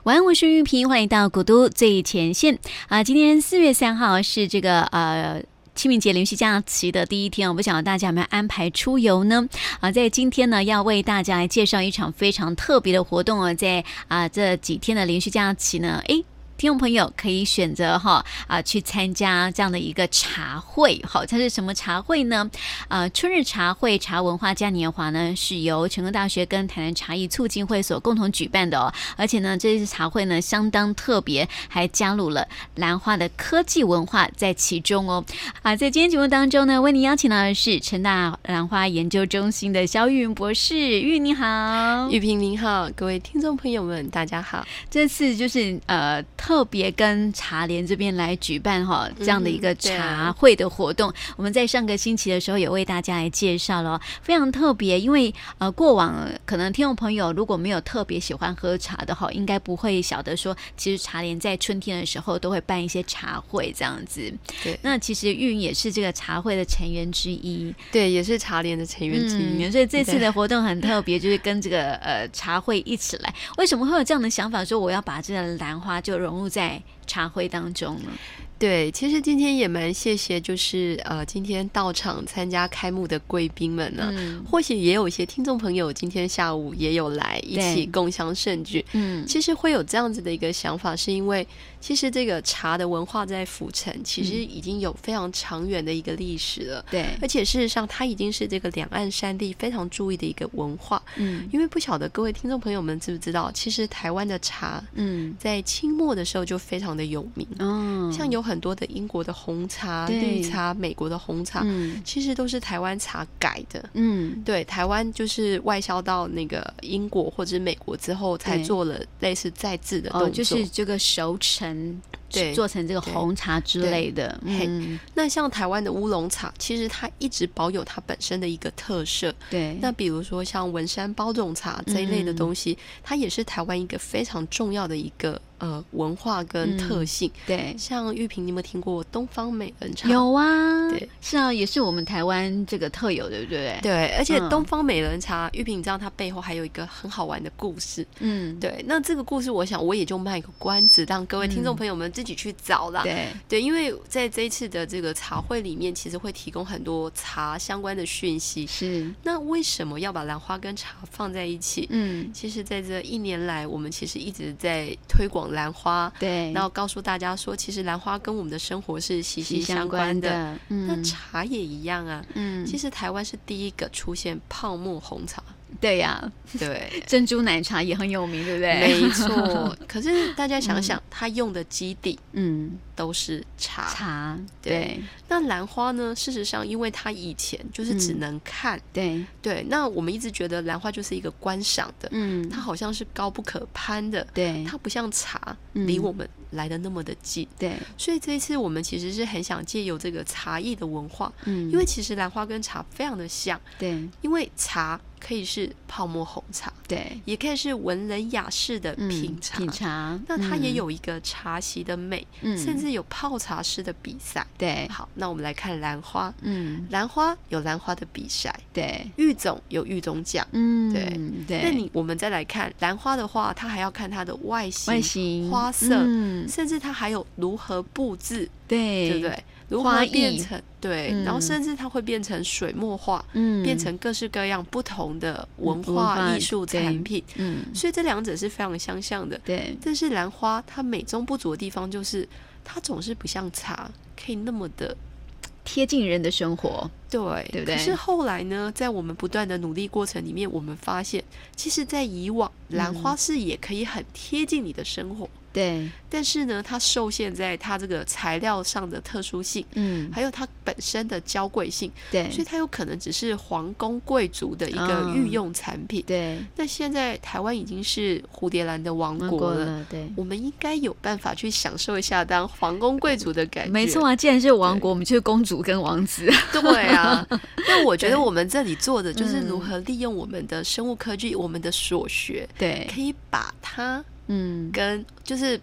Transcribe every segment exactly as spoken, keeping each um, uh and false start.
晚安，我是玉萍，欢迎到古都最前线啊！今天四月三号是这个呃。清明节连续假期的第一天，我不晓得大家有没有安排出游呢？啊，在今天呢，要为大家来介绍一场非常特别的活动哦，在啊这几天的连续假期呢，诶。听众朋友可以选择哈啊去参加这样的一个茶会，好，它是什么茶会呢？呃，春日茶会茶文化嘉年华呢是由成功大学跟台南茶艺促进会所共同举办的哦，而且呢这次茶会呢相当特别，还加入了兰花的科技文化在其中哦。啊，在今天节目当中呢，为您邀请到的是成大兰花研究中心的萧玉云博士，玉云你好。 玉萍您好，各位听众朋友们大家好。 这次就是呃。特别跟茶联这边来举办哈这样的一个茶会的活动，嗯啊、我们在上个星期的时候有为大家来介绍了，非常特别。因为呃过往可能听众朋友如果没有特别喜欢喝茶的话，应该不会晓得说，其实茶联在春天的时候都会办一些茶会这样子。对，那其实玉云也是这个茶会的成员之一， 对，也是茶联的成员之一。 嗯、所以这次的活动很特别，就是跟这个呃茶会一起来。为什么会有这样的想法，说我要把这个兰花就融入在茶会当中呢？ 对，其实今天也蛮谢谢，就是呃，今天到场参加开幕的贵宾们呢、啊嗯，或许也有一些听众朋友今天下午也有来一起共襄盛举。嗯，其实会有这样子的一个想法，是因为其实这个茶的文化在府城其实已经有非常长远的一个历史了。对、嗯，而且事实上它已经是这个两岸三地非常注意的一个文化。嗯，因为不晓得各位听众朋友们知不知道，其实台湾的茶，嗯，在清末的时候就非常的有名。嗯，像有很多的英国的红茶、绿茶，美国的红茶、嗯，其实都是台湾茶改的。嗯，对，台湾就是外销到那个英国或者美国之后，才做了类似再制的动作， 哦、就是这个熟成。对，做成这个红茶之类的。 嗯，那像台湾的乌龙茶，其实它一直保有它本身的一个特色。对，那比如说像文山包种茶这一类的东西，嗯、它也是台湾一个非常重要的一个呃文化跟特性。嗯、对，像玉萍，你有没有听过东方美人茶？ 有啊，对，是啊，也是我们台湾这个特有，对不对？ 对，而且东方美人茶，嗯、玉萍，你知道它背后还有一个很好玩的故事。嗯，对，那这个故事，我想我也就卖个关子，让各位听众朋友们自己去找啦。对对，因为在这一次的这个茶会里面，其实会提供很多茶相关的讯息。是，那为什么要把兰花跟茶放在一起？嗯，其实在这一年来，我们其实一直在推广兰花，对，然后告诉大家说，其实兰花跟我们的生活是息息相关的。关的嗯、那茶也一样啊。嗯，其实台湾是第一个出现泡沫红茶。 对呀、啊， 对， 珍珠奶茶也很有名，对不对？ 没错。可是大家想想，嗯、它用的基底，嗯，都是茶。茶，对。对那兰花呢？事实上，因为它以前就是只能看，嗯、对对。那我们一直觉得兰花就是一个观赏的，嗯，它好像是高不可攀的，对，它不像茶，离我们来的那么的近，对。所以这一次我们其实是很想借由这个茶艺的文化，嗯，因为其实兰花跟茶非常的像，对，因为茶。可以是泡沫红茶，对，也可以是文人雅士的品茶。嗯、品茶，那它也有一个茶席的美，嗯、甚至有泡茶师的比赛。对，好，那我们来看兰花。嗯，兰花有兰花的比赛，对，育种有育种奖。嗯，对对。那你我们再来看兰花的话，它还要看它的外形、外形、花色，嗯、甚至它还有如何布置，对，对不对？如何变成对、嗯，然后甚至它会变成水墨画，嗯，变成各式各样不同的文化艺术产品，嗯，所以这两者是非常相像的。对，但是兰花它美中不足的地方就是它总是不像茶可以那么的贴近人的生活， 对，对不对？可是后来呢，在我们不断的努力过程里面，我们发现，其实，在以往兰花是也可以很贴近你的生活。对，但是呢，它受限在它这个材料上的特殊性，嗯，还有它本身的娇贵性，对，所以它有可能只是皇宫贵族的一个御用产品。嗯、对，那现在台湾已经是蝴蝶兰的王国了，了对，我们应该有办法去享受一下当皇宫贵族的感觉。 没错啊，既然是王国，我们就是公主跟王子。 对啊，那我觉得我们这里做的就是如何利用我们的生物科技，我们的所学，对，可以把它。嗯，跟就是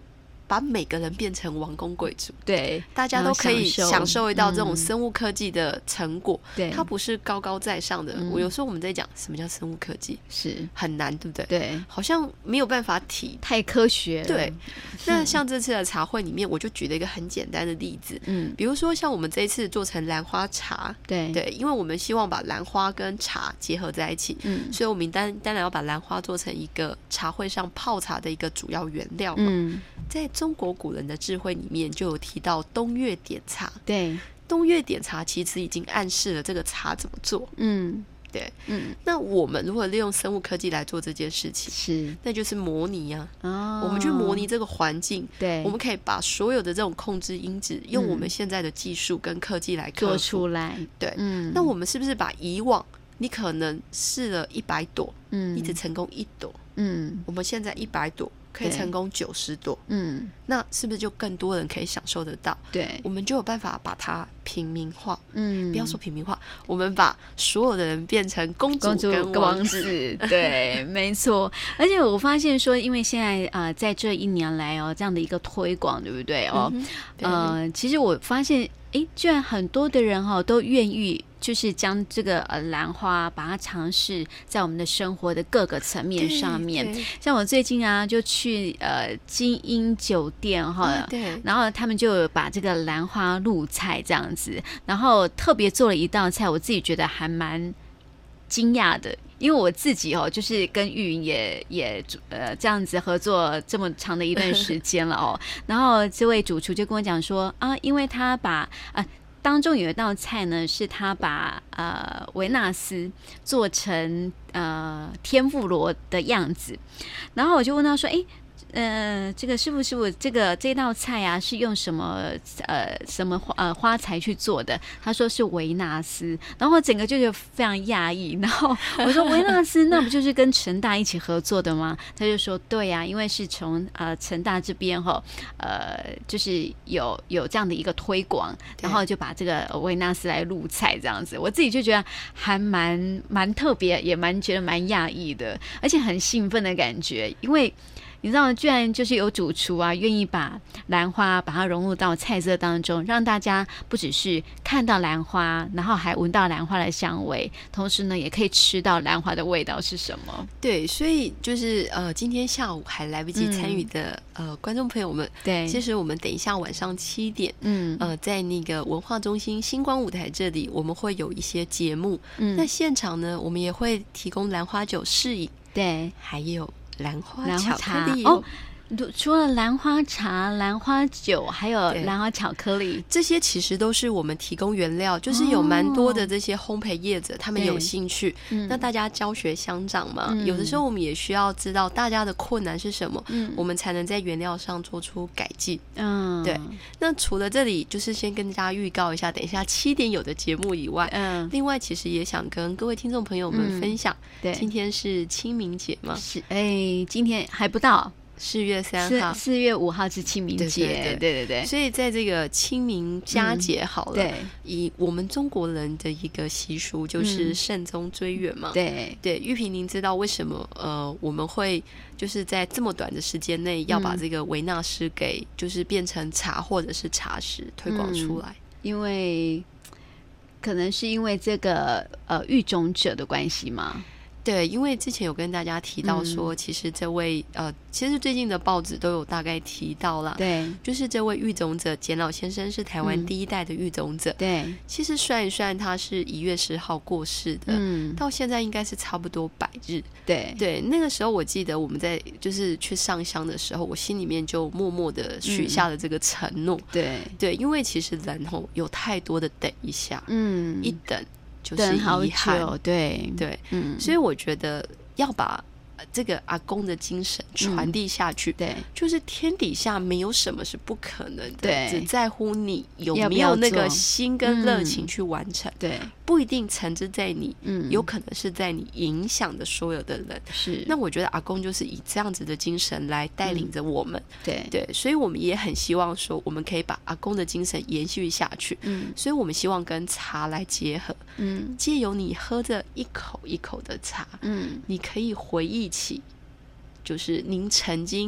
把每个人变成王公贵族， 对， 大家都可以享受到这种生物科技的成果，对、嗯，它不是高高在上的、嗯、我有时候我们在讲什么叫生物科技是很难，对不对？ 对， 好像没有办法体太科学了， 对。那像这次的茶会里面我就举了一个很简单的例子，嗯，比如说像我们这一次做成兰花茶，对对，因为我们希望把兰花跟茶结合在一起，嗯，所以我们当当然要把兰花做成一个茶会上泡茶的一个主要原料嘛，嗯，在中国古人的智慧里面就有提到冬月点茶，对，冬月点茶其实已经暗示了这个茶怎么做，嗯，对，嗯，那我们如果利用生物科技来做这件事情，是，那就是模拟啊，哦，我们去模拟这个环境，对，我们可以把所有的这种控制因子，用我们现在的技术跟科技来做出来， 对，嗯，那我们是不是把以往你可能试了一百朵，嗯，你只成功一朵，嗯，我们现在一百朵可以成功九十朵，嗯，那是不是就更多人可以享受得到？对，我们就有办法把它平民化，嗯，不要说平民化，我们把所有的人变成公主跟王子， 对，没错。而且我发现说，因为现在啊、呃，在这一年来哦，这样的一个推广，对不对哦？嗯、呃，其实我发现，哎，居然很多的人哈、哦、都愿意。就是将这个呃兰花把它尝试在我们的生活的各个层面上面，像我最近啊就去呃金鹰酒店哈、哦，对，然后他们就把这个兰花入菜这样子，然后特别做了一道菜，我自己觉得还蛮惊讶的。因为我自己哦，就是跟玉云也也呃这样子合作这么长的一段时间了哦，然后这位主厨就跟我讲说啊，因为他把啊。当中有一道菜呢，是他把呃维纳斯做成呃天妇罗的样子，然后我就问他说：“哎，呃，这个师傅师傅，这个这道菜啊是用什么呃什么花呃花材去做的？”他说是维纳斯，然后我整个就觉得非常讶异。然后我说维纳斯那不就是跟成大一起合作的吗？他就说对呀、啊，因为是从呃成大这边哈呃就是有有这样的一个推广，然后就把这个维纳斯来入菜这样子。我自己就觉得还蛮蛮特别，也蛮觉得蛮讶异的，而且很兴奋的感觉，因为。你知道，居然就是有主厨啊，愿意把兰花把它融入到菜色当中，让大家不只是看到兰花，然后还闻到兰花的香味，同时呢，也可以吃到兰花的味道是什么。 对，所以就是呃，今天下午还来不及参与的、嗯、呃观众朋友们，对，其实我们等一下晚上七点，嗯，呃，在那个文化中心星光舞台这里，我们会有一些节目。嗯，那现场呢，我们也会提供兰花酒试饮，对，还有。兰花巧克力哦， 除了兰花茶、兰花酒，还有兰花巧克力， 这些其实都是我们提供原料，就是有蛮多的这些烘焙业者，他们有兴趣。嗯、那大家教学相长嘛、嗯，有的时候我们也需要知道大家的困难是什么，嗯、我们才能在原料上做出改进。嗯，对。那除了这里，就是先跟大家预告一下，等一下七点有的节目以外，嗯，另外其实也想跟各位听众朋友们分享，嗯、对，今天是清明节嘛， 是哎，今天还不到。 四月三号， 四月五号是清明节，对对 对, 对, 对, 对。 所以在这个清明佳节好了，嗯、对，以我们中国人的一个习俗就是慎终追远嘛，嗯、对对。玉萍，您知道为什么呃我们会就是在这么短的时间内要把这个维纳斯给就是变成茶或者是茶食推广出来？ 嗯、因为可能是因为这个呃育种者的关系吗？ 对，因为之前有跟大家提到说，嗯、其实这位呃，其实最近的报纸都有大概提到啦。对，就是这位育种者简老先生是台湾第一代的育种者。对、嗯，其实算一算，他是一月十号过世的，嗯，到现在应该是差不多百日。对对，那个时候我记得我们在就是去上香的时候，我心里面就默默的许下了这个承诺。嗯、对对，因为其实人吼有太多的等一下，嗯，一等。就是遗憾， 对对，嗯，所以我觉得要把这个阿公的精神传递下去，嗯、对，就是天底下没有什么是不可能的，对，只在乎你有没有那个心跟热情去完成，嗯、对，不一定成之在你，嗯，有可能是在你影响的所有的人，是。那我觉得阿公就是以这样子的精神来带领着我们，嗯、对对，所以我们也很希望说，我们可以把阿公的精神延续下去，嗯，所以我们希望跟茶来结合，嗯，借由你喝着一口一口的茶，嗯，你可以回忆起，就是您曾经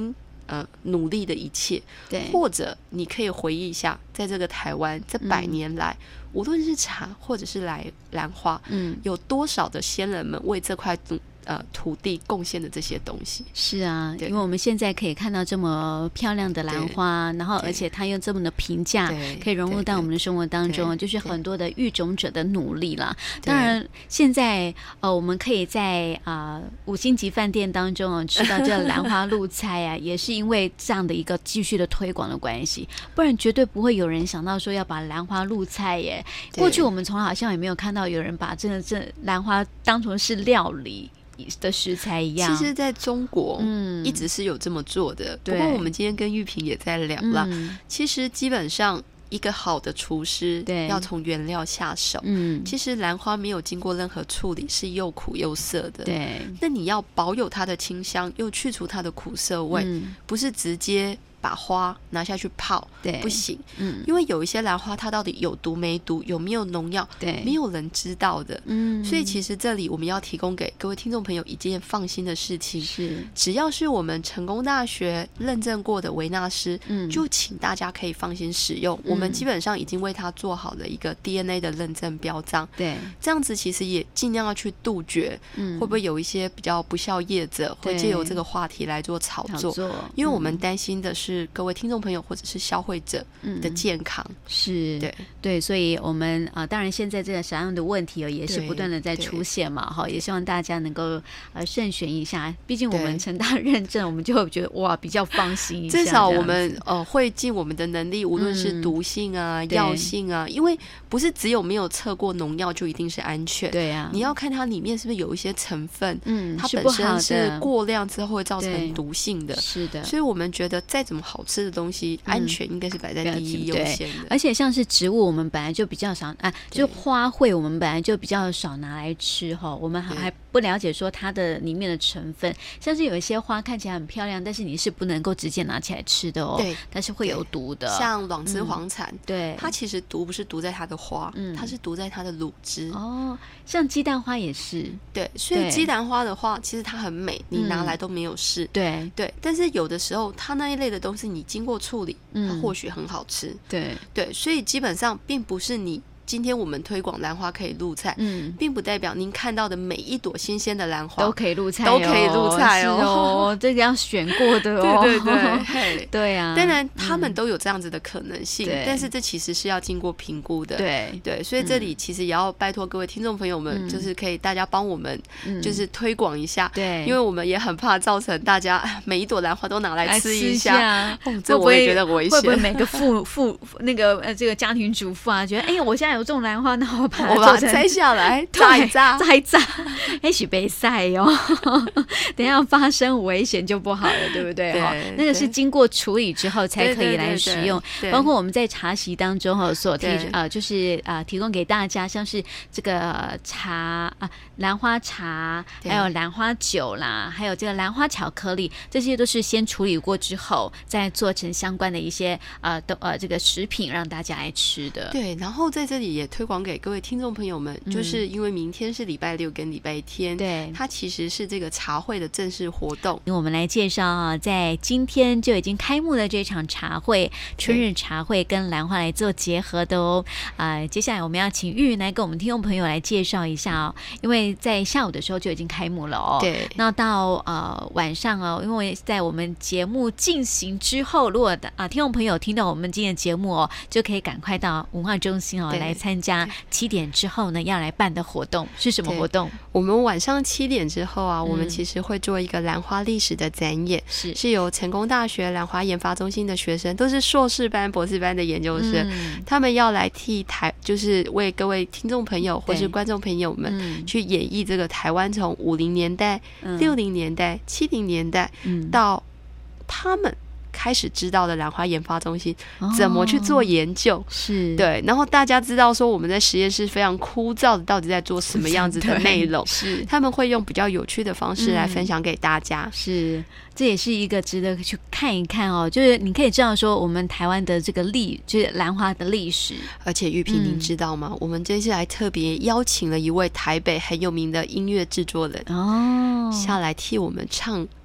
呃努力的一切。对，或者你可以回忆一下，在这个台湾这百年来、嗯、无论是茶或者是来兰花，嗯，有多少的先人们为这块呃土地贡献的这些东西。 是啊，因为我们现在可以看到这么漂亮的兰花，然后而且它又这么的平价，可以融入到我们的生活当中，就是很多的育种者的努力啦。当然现在呃我们可以在啊、呃、五星级饭店当中、哦、吃到这个兰花露菜啊也是因为这样的一个继续的推广的关系，不然绝对不会有人想到说要把兰花露菜耶。过去我们从来好像也没有看到有人把真的这兰花当成是料理的食材一样。 其实在中国、嗯、一直是有这么做的，不过我们今天跟玉萍也在聊了、嗯、其实基本上一个好的厨师要从原料下手。嗯，其实兰花没有经过任何处理是又苦又涩的。对，那你要保有它的清香又去除它的苦涩味、嗯、不是直接把花拿下去泡，对，不行。嗯，因为有一些兰花它到底有毒没毒，有没有农药，对，没有人知道的。嗯，所以其实这里我们要提供给各位听众朋友一件放心的事情，是只要是我们成功大学认证过的维纳斯，嗯，就请大家可以放心使用、嗯、我们基本上已经为它做好了一个 D N A 的认证标章。对，这样子其实也尽量要去杜绝、嗯、会不会有一些比较不孝业者会借由这个话题来做炒作，炒作因为我们担心的是是各位听众朋友或者是消费者的健康、嗯、是对对，所以我们啊、呃，当然现在这个啥样的问题、哦、也是不断的在出现嘛，哈，也希望大家能够呃慎选一下，毕竟我们成大认证，我们就会觉得哇比较放心一下， 至少我们呃会尽我们的能力，无论是毒性啊、嗯、药性啊，因为不是只有没有测过农药就一定是安全，对啊，你要看它里面是不是有一些成分，嗯，它本身是过量之后会造成毒性的，是的，所以我们觉得再怎么好吃的东西、嗯、安全应该是摆在第一优先的。 而且像是植物我们本来就比较少啊，就花卉我们本来就比较少拿来吃哈，我们还不了解说它的里面的成分，像是有一些花看起来很漂亮，但是你是不能够直接拿起来吃的哦，对，它是会有毒的， 像卵枝黄蝉、嗯、对，它其实毒不是毒在它的花、嗯、它是毒在它的乳汁哦，像鸡蛋花也是， 对，所以鸡蛋花的话其实它很美，你拿来都没有事、嗯、对对，但是有的时候它那一类的东西你经过处理，它或许很好吃，对对，所以基本上并不是你今天我们推广兰花可以入菜，嗯，并不代表您看到的每一朵新鲜的兰花都可以入菜、 哦，都可以入菜哦， 哦这个要选过的哦， 对对对，对啊，当然他们都有这样子的可能性，嗯、但是这其实是要经过评估的，对对，所以这里其实也要拜托各位听众朋友们，嗯、就是可以大家帮我们就是推广一下，对、嗯，因为我们也很怕造成大家每一朵兰花都拿来吃一下，下哦、这我也觉得危险， 会不会每个父父那个呃这个家庭主妇啊，觉得哎呀我现在有种兰花，那我把它我把它摘下来炸一炸炸一炸也许被晒哦等一下发生危险就不好了，对不对？对，那个是经过处理之后才可以来使用，对对对对，包括我们在茶席当中所提呃就是呃提供给大家，像是这个茶啊兰花茶，还有兰花酒啦，还有这个兰花巧克力，这些都是先处理过之后再做成相关的一些呃都呃这个食品让大家来吃的。 对，然后在这里也推广给各位听众朋友们、嗯、就是因为明天是礼拜六跟礼拜天，对，它其实是这个茶会的正式活动， 我们来介绍啊，在今天就已经开幕的这场茶会，春日茶会跟兰花来做结合的哦。啊、呃，接下来我们要请玉云来跟我们听众朋友来介绍一下哦，因为在下午的时候就已经开幕了哦。对，那到呃晚上哦，因为在我们节目进行之后，如果啊、呃、听众朋友听到我们今天的节目哦，就可以赶快到文化中心哦来参加七点之后呢要来办的活动是什么活动？ 我们晚上七点之后啊、嗯，我们其实会做一个兰花历史的展演，是是由成功大学兰花研发中心的学生，都是硕士班、博士班的研究生，嗯、他们要来替台，就是为各位听众朋友或是观众朋友们去演绎这个台湾从五零年代、六零年代、七零年代、嗯、到他们开始知道的兰花研发中心怎么去做研究、哦、是对，然后大家知道说我们在实验室非常枯燥的到底在做什么样子的内容，是他们会用比较有趣的方式来分享给大家、嗯、 是这也是一个值得去看一看哦，就是你可以知道说我们台湾的这个历就是兰花的历史。 而且玉萍、嗯、您知道吗，我们这次还特别邀请了一位台北很有名的音乐制作人哦下来替我们唱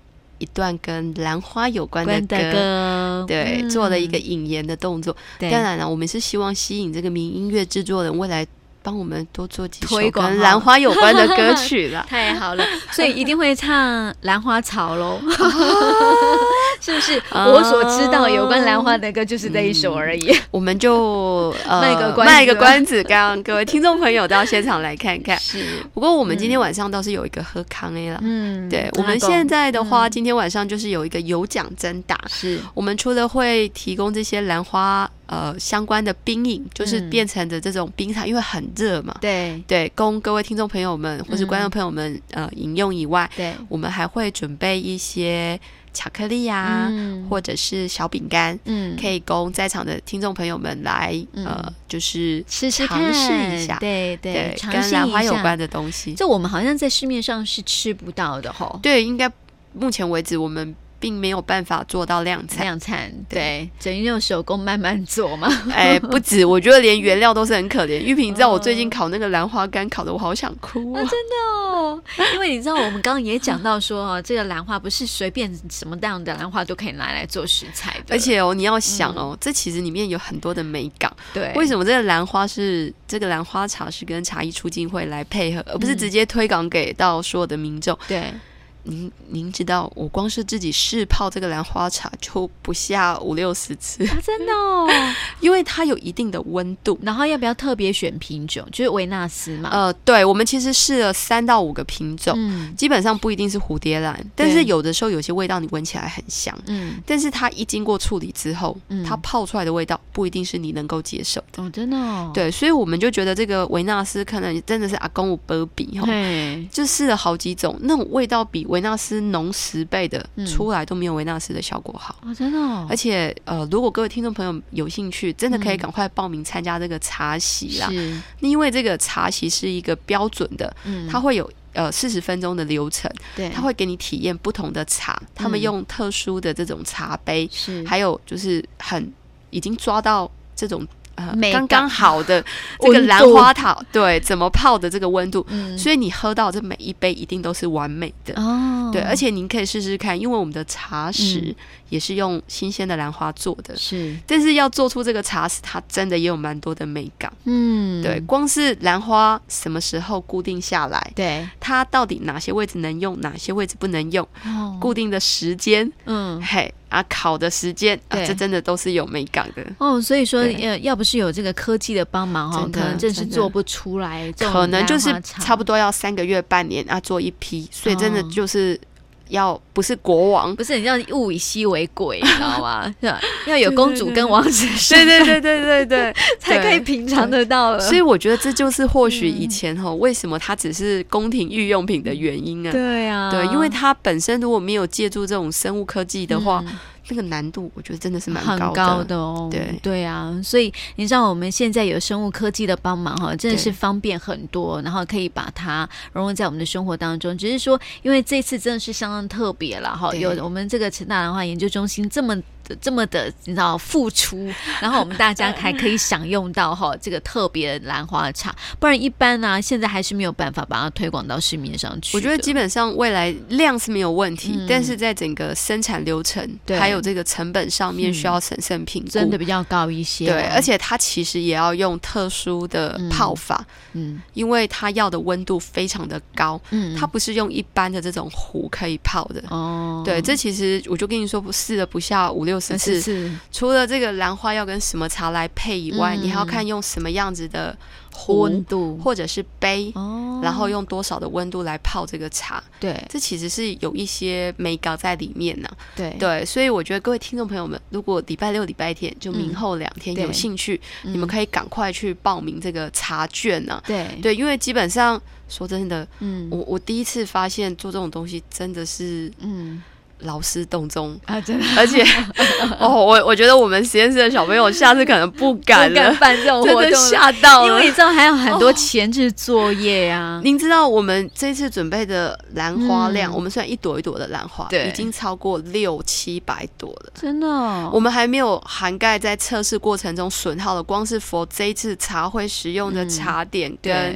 一段跟兰花有关的歌， 的歌对、 嗯， 做了一个引言的动作。当然了，我们是希望吸引这个民音乐制作人未来帮我们多做几首跟兰花有关的歌曲啦。 太好了，所以一定会唱兰花草咯是不是、啊、我所知道有关兰花的歌就是这一首而已、嗯、 我们就、呃、 卖个关子卖一个关子让各位听众朋友到现场来看看。 是， 不过我们今天晚上倒是有一个喝康 A 啦，嗯，对，我们现在的话、嗯、今天晚上就是有一个有奖征答，是我们除了会提供这些兰花呃，相关的冰饮，就是变成的这种冰茶、嗯、因为很热嘛，对对，供各位听众朋友们或是观众朋友们、嗯、呃饮用以外，对，我们还会准备一些巧克力啊、嗯、或者是小饼干，嗯，可以供在场的听众朋友们来、嗯、呃，就是吃吃尝试一下， 对 对, 对， 跟兰花有关的东西， 这我们好像在市面上是吃不到的齁。 对，应该目前为止我们并没有办法做到量产， 量产，对，整用手工慢慢做嘛。 哎，不止，我觉得连原料都是很可怜。玉萍，你知道我最近烤那个兰花干，烤的我好想哭、哦啊、真的哦。因为你知道，我们刚刚也讲到说，哦，这个兰花不是随便什么样的兰花都可以拿来做食材的， 而且哦，你要想哦、嗯，这其实里面有很多的美感。对，为什么这个兰花是这个兰花茶是跟茶艺促进会来配合，而不是直接推广给到所有的民众？对。您您知道，我光是自己试泡这个兰花茶就不下五六十次、 啊、真的哦， 因为它有一定的温度。 然后要不要特别选品种？就是维纳斯嘛。 呃，对，我们其实试了三到五个品种、嗯，基本上不一定是蝴蝶兰，但是有的时候有些味道你闻起来很香，嗯，但是它一经过处理之后、嗯，它泡出来的味道不一定是你能够接受的。 哦，真的哦。 对，所以我们就觉得这个维纳斯可能真的是阿公有波比哈，就试了好几种，那种味道比维纳斯浓十倍的、嗯、出来都没有维纳斯的效果好、 哦、真的哦。而且呃，如果各位听众朋友有兴趣，真的可以赶快报名参加这个茶席啦、嗯、因为这个茶席是一个标准的、嗯、它会有呃四十分钟的流程，对，它会给你体验不同的茶，他们用特殊的这种茶杯，是还有就是很已经抓到这种呃，刚刚好的这个兰花塔，对，怎么泡的这个温度、嗯，所以你喝到这每一杯一定都是完美的哦。对，而且您可以试试看，因为我们的茶石也是用新鲜的兰花做的，是、嗯，但是要做出这个茶石，它真的也有蛮多的美感。嗯，对，光是兰花什么时候固定下来，对，它到底哪些位置能用，哪些位置不能用，哦、固定的时间，嗯，嘿。啊，烤的时间啊，这真的都是有美感的哦。所以说，呃，要不是有这个科技的帮忙哈，可能真是做不出来。 可能就是差不多要三个月、半年啊，做一批，所以真的就是要不是国王， 不是你要物以稀为贵，你知道吗？要有公主跟王子， 对对对对对对， 才可以品尝得到了。 所以我觉得这就是或许以前哈、嗯，为什么它只是宫廷御用品的原因啊？对啊，对，因为它本身如果没有借助这种生物科技的话。嗯，那个难度我觉得真的是蛮高的， 很高的哦。对对啊，所以你知道我们现在有生物科技的帮忙哈，真的是方便很多，然后可以把它融入在我们的生活当中。只是说，因为这次真的是相当特别了哈，有我们这个成大兰花研究中心这么。这么的你知道付出，然后我们大家还可以享用到哈这个特别的兰花茶，不然一般呢、啊、现在还是没有办法把它推广到市面上去。 我觉得基本上未来量是没有问题、嗯、但是在整个生产流程还有这个成本上面需要审慎评估、嗯、 真的比较高一些、啊、 对，而且它其实也要用特殊的泡法，嗯，因为它要的温度非常的高，嗯，它不是用一般的这种壶可以泡的哦。对，这其实我就跟你说不试了不下五六十次，是除了这个兰花要跟什么茶来配以外、嗯、你还要看用什么样子的温度或者是杯、哦、然后用多少的温度来泡这个茶，对，这其实是有一些美感在里面呢、啊。对对，所以我觉得各位听众朋友们，如果礼拜六礼拜天就明后两天有兴趣、嗯、你们可以赶快去报名这个茶券呢、啊。对对，因为基本上说真的，嗯，我我第一次发现做这种东西真的是嗯劳师动众啊，真的，而且哦，我我觉得我们实验室的小朋友下次可能不敢了， 不敢办这种活动， 真的吓到了， 因为你知道还有很多前置作业啊。 哦、您知道我们这次准备的兰花量，嗯、我们虽然一朵一朵的兰花，已经超过六七百朵了，真的、哦。我们还没有涵盖在测试过程中损耗的，光是佛这一次茶会使用的茶点跟、嗯。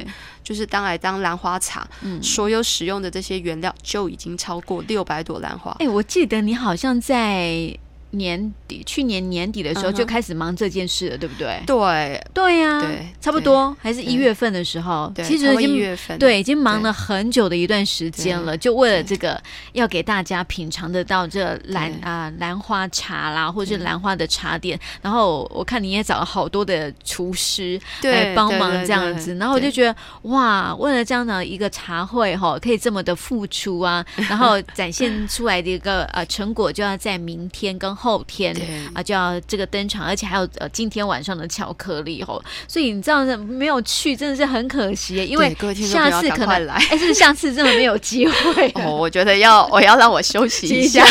就是当来当兰花茶，嗯，所有使用的这些原料就已经超过六百朵兰花。 哎、欸，我记得你好像在年底，去年年底的时候就开始忙这件事了，嗯、对不对？ 对， 对呀、啊， 对， 差不多还是一月份的时候， 其实已经一月份， 对，已经忙了很久的一段时间了，就为了这个要给大家品尝得到这兰啊、呃、兰花茶啦，或者是兰花的茶点。然后我看你也找了好多的厨师来帮忙这样子，然后我就觉得哇，为了这样的一个茶会哈，可以这么的付出啊，然后展现出来的一个呃成果，就要在明天跟后天啊、呃、就要这个登场，而且还有呃今天晚上的巧克力吼，所以你知道没有去真的是很可惜，因为下次可能哎，是下次真的没有机会哦。我觉得要我要让我休息一下，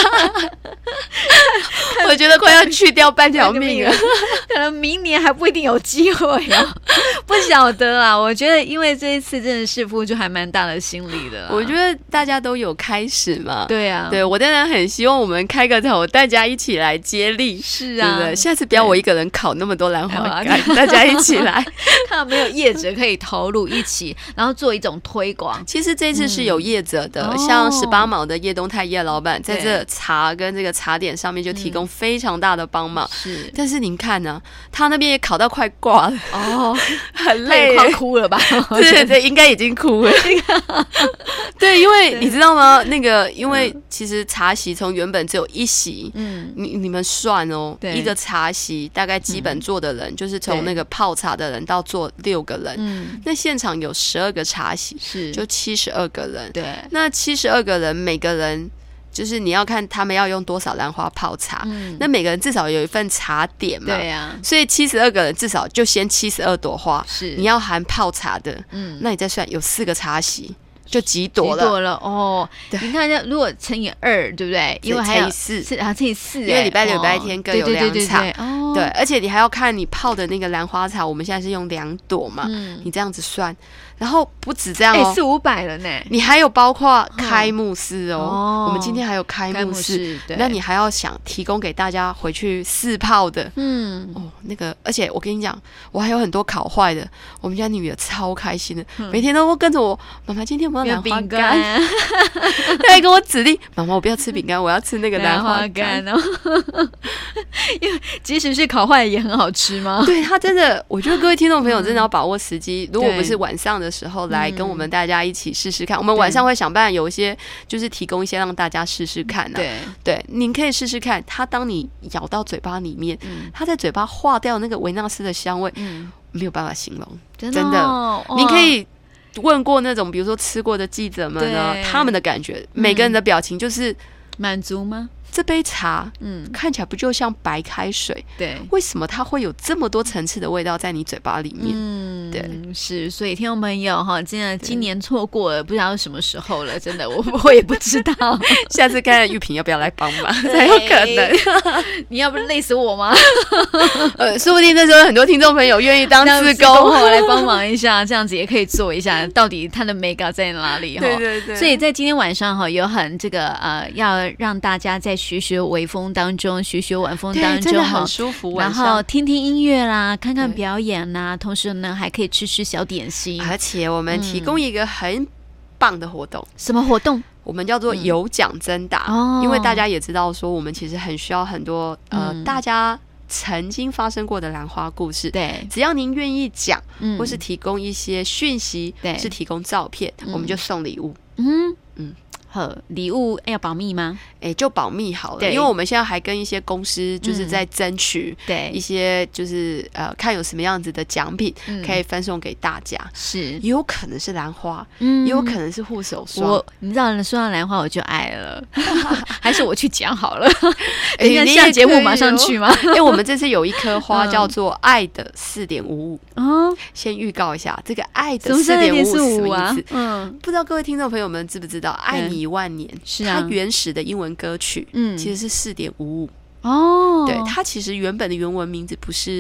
我觉得快要去掉半条命了， 可能明年还不一定有机会哦，不晓得啊。我觉得因为这一次真的是付出还蛮大的心力的， 我觉得大家都有开始嘛， 对啊， 对我当然很希望我们开个头，大家一起来接力， 是啊， 对不对？下次不要我一个人烤那么多兰花干，大家一起来， 看到没有业者可以投入一起，然后做一种推广。 其实这次是有业者的，嗯、像十八毛的叶东泰叶老板，在这茶跟这个茶点上面就提供非常大的帮忙。 是、嗯， 但是您看呢、啊，他那边也烤到快挂了， 哦， 很累， 快哭了吧？ 对对对，应该已经哭了。对，因为你知道吗？那个，因为其实茶席从原本只有一席，嗯，你你们算哦，一个茶席大概基本坐的人，嗯、就是从那个泡茶的人到坐六个人，嗯，那现场有十二个茶席， 是就七十二个人， 对， 那七十二个人每个人。就是你要看他们要用多少兰花泡茶，嗯、那每个人至少有一份茶点嘛， 对呀、啊， 所以七十二个人至少就先七十二朵花， 是你要含泡茶的，嗯，那你再算有四个茶席。就几朵了， 几朵了哦！你看，如果乘以二，对不对？因为还有四， 是啊，乘以四， 因为礼拜六、礼拜天各有两场， 对, 对, 对, 对, 哦、 对，而且你还要看你泡的那个兰花茶，我们现在是用两朵嘛，嗯、你这样子算，然后不止这样哦， 四五百了呢。 你还有包括开幕式哦，哦我们今天还有开幕式， 幕式那你还要想提供给大家回去试泡的，嗯，哦，那个，而且我跟你讲，我还有很多烤坏的，我们家女儿超开心的，嗯、每天都跟着我，妈妈今天我们要兰花干。他还跟我指令，妈妈，我不要吃饼干，我要吃那个兰花干哦。 因为即使是烤坏也很好吃吗？ 对，他真的，我觉得各位听众朋友真的要把握时机。嗯、如果我们是晚上的时候来跟我们大家一起试试看，嗯、我们晚上会想办法有一些就是提供一些让大家试试看啊。 对对，您可以试试看，它当你咬到嘴巴里面，嗯、它在嘴巴化掉那个维纳斯的香味，嗯、没有办法形容， 真的，真的您可以。问过那种比如说吃过的记者们呢，他们的感觉，每个人的表情就是满足吗？ 这杯茶，嗯，看起来不就像白开水？ 对， 为什么它会有这么多层次的味道在你嘴巴里面？嗯，对， 是，所以听众朋友哈，真的今年错过了，不知道什么时候了，真的，我我也不知道， 下次看玉萍要不要来帮忙才有可能。 你要不累死我吗？ 呃，说不定那时候很多听众朋友愿意当志工， 我来帮忙一下，这样子也可以做一下，到底它的 mega 在哪里？ 对对对。 所以在今天晚上哈，有很这个呃，要让大家在学学微风当中，学学晚风当中， 很舒服。 然后听听音乐啦，看看表演啦，同时呢还可以吃吃小点心。 而且我们提供一个很棒的活动， 嗯、什么活动？ 我们叫做有奖征答。嗯、因为大家也知道说，我们其实很需要很多呃、嗯、大家曾经发生过的兰花故事。 对， 只要您愿意讲，嗯、或是提供一些讯息，对，是提供照片，嗯、我们就送礼物。嗯嗯。好，礼物要保密吗？ 哎、欸，就保密好了，因为我们现在还跟一些公司就是在争取，对一些就是呃，看有什么样子的奖品可以分送给大家。是，也有可能是兰花，嗯，也有可能是护手霜。 我你知道，说到兰花我就爱了，还是我去讲好了。哎、欸，你下节目马上去吗？ 因为、欸、我们这次有一颗花叫做爱的四点五五哦，先预告一下，这个爱的四点五五是什么意思？嗯，不知道各位听众朋友们知不知道，爱你一万年是啊，它原始的英文歌曲，嗯，其实是四点五五哦。对，它其实原本的原文名字不是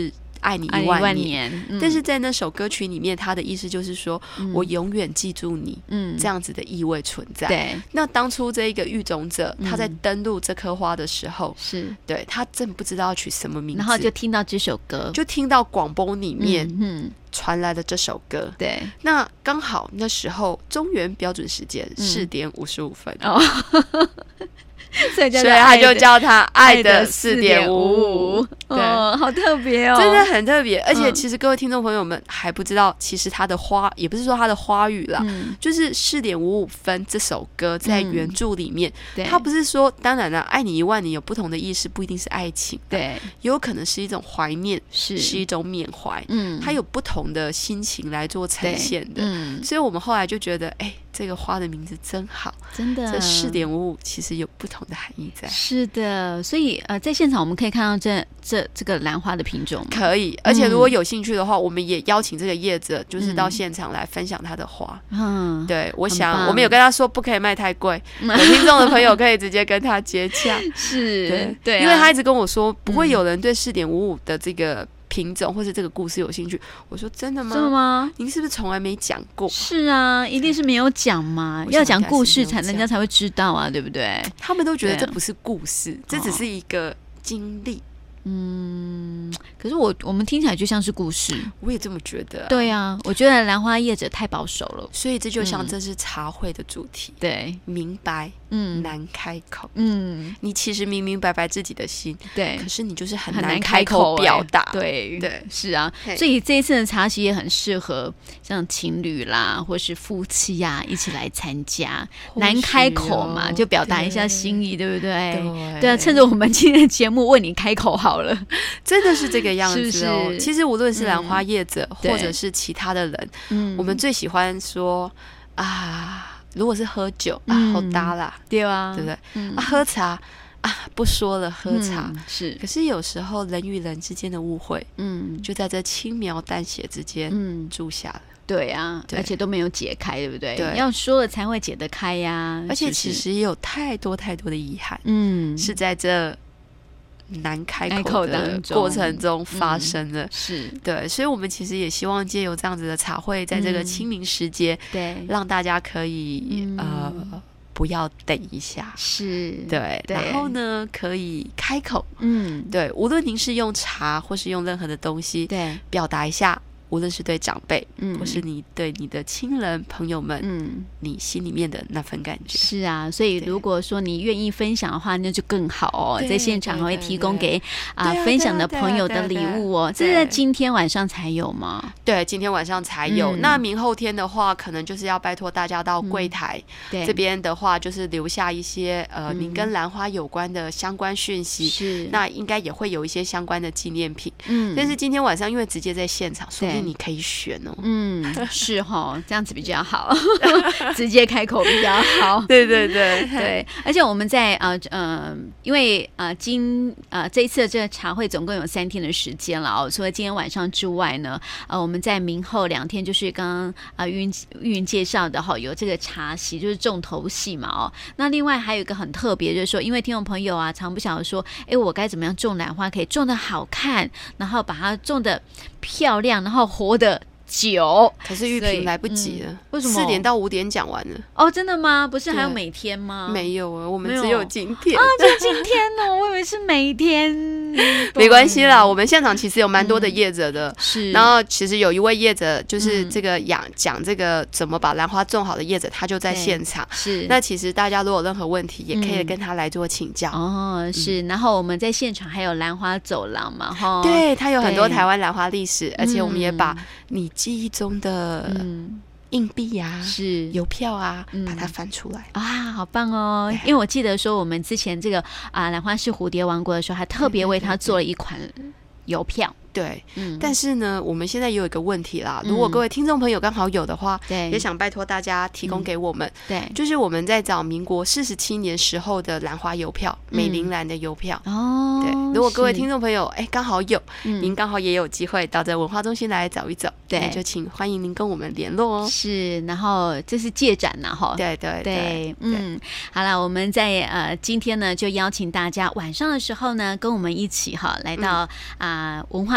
爱你一万年， 万年嗯、但是在那首歌曲里面，它的意思就是说、嗯、我永远记住你、嗯、这样子的意味存在。 对， 那当初这一个育种者、嗯、他在登陆这棵花的时候， 是对他真不知道要取什么名字， 然后就听到这首歌， 就听到广播里面、 嗯嗯传来的这首歌， 对， 那刚好那时候中原标准时间四点五十五分， 哦，所以所以他就叫他爱的四点五五， 对、哦，好特别哦， 真的很特别。而且其实各位听众朋友们还不知道，其实他的花也不是说他的花语啦，嗯、就是四点五五分这首歌在原著里面，嗯、他不是说，当然了，爱你一万年有不同的意思，不一定是爱情， 对， 也有可能是一种怀念， 是是一种缅怀，嗯，他有不同的心情来做呈现的， 嗯， 所以我们后来就觉得，哎、欸。这个花的名字真好， 真的， 这四点五五其实有不同的含义在。 是的，所以呃，在现场我们可以看到这这这个兰花的品种， 可以。而且如果有兴趣的话，嗯、我们也邀请这个业者，就是到现场来分享他的花。嗯，对，我想我们有跟他说不可以卖太贵，有听众的朋友可以直接跟他接洽。 是， 对对、啊， 因为他一直跟我说，不会有人对四点五五的这个品种或是这个故事有兴趣。我说真的吗？ 真的吗？ 您是不是从来没讲过？ 是啊，一定是没有讲嘛，要讲故事才人家才会知道啊，对不对？ 他们都觉得这不是故事，这只是一个经历。 嗯，可是我我们听起来就像是故事， 我也这么觉得、啊。 对啊，我觉得兰花业者太保守了， 所以这就像这是茶会的主题。嗯、 对， 明白，嗯，难开口， 嗯， 你其实明明白白自己的心， 对， 可是你就是很难开口表达。欸、 对对，是啊，所以这一次的茶席也很适合像情侣啦，或是夫妻呀、啊、一起来参加，难开口嘛，就表达一下心意， 对, 对不对？对，对啊，趁着我们今天的节目为你开口好。好了， 真的是这个样子哦。 是是其实无论是兰花业者、嗯、或者是其他的人，嗯，我们最喜欢说啊，如果是喝酒、嗯、啊，好搭啦， 对啊， 对不对？嗯、啊，喝茶啊，不说了，喝茶、 嗯、是。 可是有时候人与人之间的误会，嗯，就在这轻描淡写之间，嗯，住下了。 对啊，对，而且都没有解开，对不对？对，要说了才会解得开呀、啊。 而且其实也有太多太多的遗憾，嗯，是在这难开口的过程中发生的，嗯、是对，所以我们其实也希望借由这样子的茶会，在这个清明时节，对、嗯，让大家可以、嗯、呃不要等一下， 是对, 对，然后呢可以开口，嗯，对，无论您是用茶或是用任何的东西，对，表达一下。无论是对长辈，嗯，或是你对你的亲人朋友们，嗯，你心里面的那份感觉是啊，所以如果说你愿意分享的话，那就更好哦。在现场还会提供给啊、呃、分享的朋友的礼物哦。这是在今天晚上才有吗？ 对，今天晚上才有。嗯、那明后天的话，可能就是要拜托大家到柜台、嗯、这边的话，就是留下一些呃，嗯、您跟兰花有关的相关讯息。是，那应该也会有一些相关的纪念品。嗯，但是今天晚上因为直接在现场，所以你可以选哦， 嗯，是齁，这样子比较好，直接开口比较好。 对对对对，而且我们在呃呃，因为呃今呃这一次的这个茶会总共有三天的时间了哦，除了今天晚上之外呢，呃我们在明后两天就是刚刚啊玉云玉云介绍的哈，有这个茶席就是重头戏嘛哦。那另外还有一个很特别，就是说，因为听众朋友啊常不晓得说，哎我该怎么样种兰花可以种得好看，然后把它种得漂亮，然后活得久， 可是玉萍来不及了、嗯， 为什么？ 四点到五点讲完了。 哦，真的吗？不是还有每天吗？ 没有啊，我们只有今天啊，就今天哦，我以为是每天。 没关系啦，我们现场其实有蛮多的业者的，嗯、 是。 然后其实有一位业者，就是这个养讲、嗯、这个怎么把兰花种好的业者，他就在现场。是。那其实大家如果有任何问题，也可以跟他来做请教。 嗯、哦，是。然后我们在现场还有兰花走廊嘛，哈。 对，它有很多台湾兰花历史，而且我们也把你记忆中的硬币啊、是邮票啊、嗯，把它翻出来啊，好棒哦！因为我记得说我们之前这个啊兰花是蝴蝶王国的时候，还特别为它做了一款邮票。 对、嗯，但是呢，我们现在也有一个问题啦。如果各位听众朋友刚好有的话，对、嗯，也想拜托大家提供给我们。嗯、对，就是我们在找民国四十七年时候的兰花邮票，嗯、美龄兰的邮票。哦，对，如果各位听众朋友哎刚好有，嗯、您刚好也有机会到这文化中心来找一走，对，就请欢迎您跟我们联络哦。 是，然后这是借展呐，哈。 对对 对, 对，嗯，好了，我们在呃今天呢就邀请大家晚上的时候呢跟我们一起哈来到啊、嗯呃、文化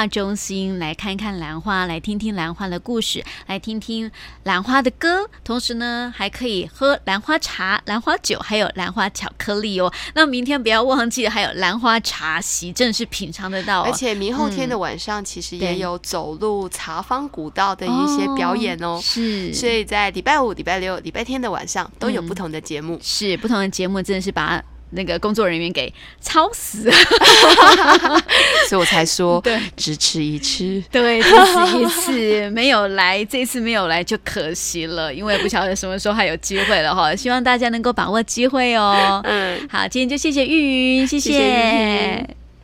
化中心来看看兰花，来听听兰花的故事，来听听兰花的歌，同时呢还可以喝兰花茶、兰花酒，还有兰花巧克力哦。那明天不要忘记还有兰花茶席，真的是品尝得到、哦、 而且明后天的晚上其实也有走路茶坊古道的一些表演哦， 是， 所以在礼拜五、礼拜六、礼拜天的晚上都有不同的节目、嗯、 是不同的节目，真的是把那个工作人员给操死所以我才说对，只吃一次， 对，只吃一次没有来，这次没有来就可惜了，因为不晓得什么时候还有机会了哈，希望大家能够把握机会哦。嗯，好，今天就谢谢玉云，谢谢。谢谢玉云。